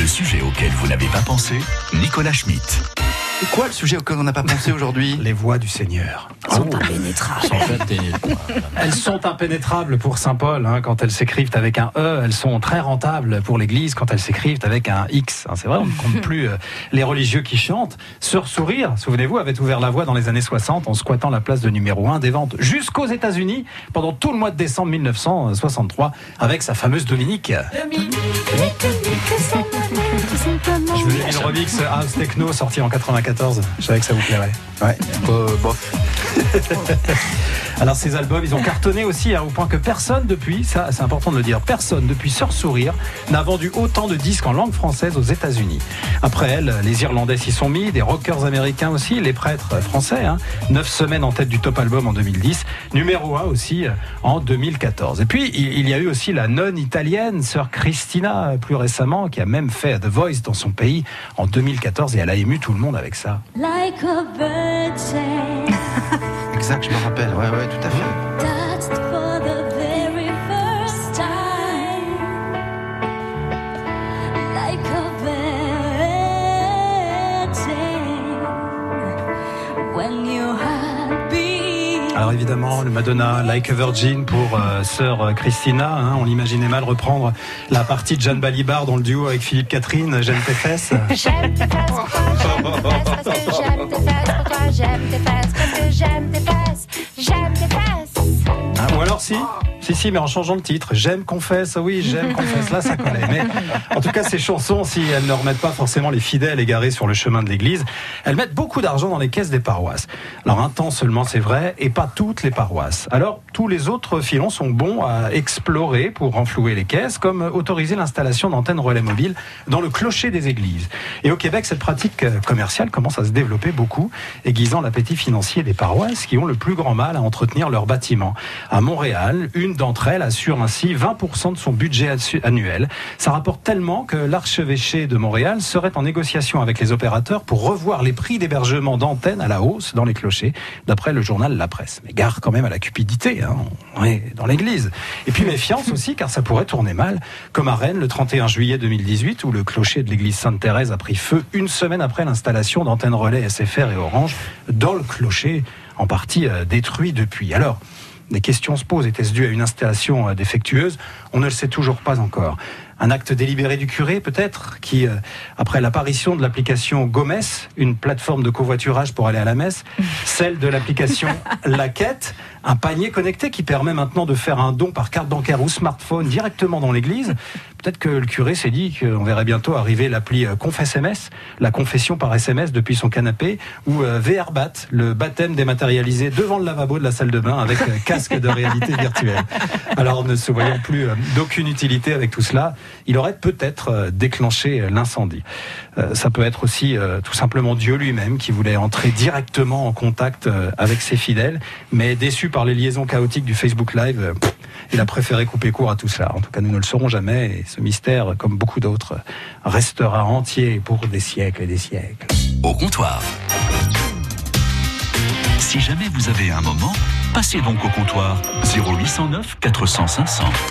Le sujet auquel vous n'avez pas pensé, Nicolas Schmitt. C'est quoi le sujet auquel on n'a pas pensé aujourd'hui ? Les voies du Seigneur. Sont impénétrables. Elles sont impénétrables pour Saint Paul quand elles s'écrivent avec un E. Elles sont très rentables pour l'Église quand elles s'écrivent avec un X. C'est vrai, on ne compte plus les religieux qui chantent. Sœur Sourire, souvenez-vous, avait ouvert la voie dans les années 60 en squattant la place de numéro 1 des ventes jusqu'aux États-Unis pendant tout le mois de décembre 1963 avec sa fameuse Dominique. Je vous ai mis le remix House Techno sorti en 94. Je savais que ça vous plairait. Ouais, bof. Alors ces albums, ils ont cartonné aussi au point que personne depuis, ça c'est important de le dire, personne depuis Sœur Sourire n'a vendu autant de disques en langue française aux États-Unis. Après elle, les Irlandais s'y sont mis, des rockers américains aussi, les prêtres français. 9 semaines en tête du top album en 2010, numéro 1 aussi en 2014. Et puis il y a eu aussi la nonne italienne, Sœur Cristina, plus récemment, qui a même fait The Voice dans son pays en 2014 et elle a ému tout le monde avec ça. Like a bird say. Exact, je me rappelle. Ouais, tout à fait. Touched for the very first time. Like a bird say. When you're happy. Alors évidemment, le Madonna, Like a Virgin pour Sœur Christina. On l'imaginait mal reprendre la partie de Jeanne Balibar dans le duo avec Philippe Catherine, J'aime tes fesses. J'aime tes fesses, pourquoi j'aime tes fesses, parce que j'aime tes fesses, pourquoi j'aime tes fesses, parce que j'aime tes fesses, j'aime tes fesses. Ou alors si, mais en changeant le titre. J'aime confesse, oui, j'aime confesse. Là, ça collait. Mais en tout cas, ces chansons, si elles ne remettent pas forcément les fidèles égarés sur le chemin de l'église, elles mettent beaucoup d'argent dans les caisses des paroisses. Alors un temps seulement, c'est vrai, et pas toutes les paroisses. Alors tous les autres filons sont bons à explorer pour renflouer les caisses, comme autoriser l'installation d'antennes relais mobiles dans le clocher des églises. Et au Québec, cette pratique commerciale commence à se développer beaucoup, aiguisant l'appétit financier des paroisses qui ont le plus grand mal à entretenir leurs bâtiments. À Montréal, une d'entre elles assure ainsi 20% de son budget annuel. Ça rapporte tellement que l'archevêché de Montréal serait en négociation avec les opérateurs pour revoir les prix d'hébergement d'antennes à la hausse dans les clochers, d'après le journal La Presse. Mais gare quand même à la cupidité, on est dans l'église. Et puis méfiance aussi, car ça pourrait tourner mal, comme à Rennes le 31 juillet 2018, où le clocher de l'église Sainte-Thérèse a pris feu une semaine après l'installation d'antennes relais SFR et Orange dans le clocher, en partie détruit depuis. Alors, des questions se posent. Était-ce dû à une installation défectueuse ? On ne le sait toujours pas encore. Un acte délibéré du curé, peut-être, qui, après l'apparition de l'application Gomez, une plateforme de covoiturage pour aller à la messe, celle de l'application La Quête, un panier connecté qui permet maintenant de faire un don par carte bancaire ou smartphone directement dans l'église. Peut-être que le curé s'est dit qu'on verrait bientôt arriver l'appli Confess-MS, la confession par SMS depuis son canapé, ou VRBAT, le baptême dématérialisé devant le lavabo de la salle de bain avec casque de réalité virtuelle. Alors, ne se voyant plus d'aucune utilité avec tout cela, il aurait peut-être déclenché l'incendie. Ça peut être aussi tout simplement Dieu lui-même qui voulait entrer directement en contact avec ses fidèles, mais déçu par les liaisons chaotiques du Facebook Live, il a préféré couper court à tout cela. En tout cas, nous ne le saurons jamais, et ce mystère, comme beaucoup d'autres, restera entier pour des siècles et des siècles. Au comptoir. Si jamais vous avez un moment, passez donc au comptoir 0809 400 500.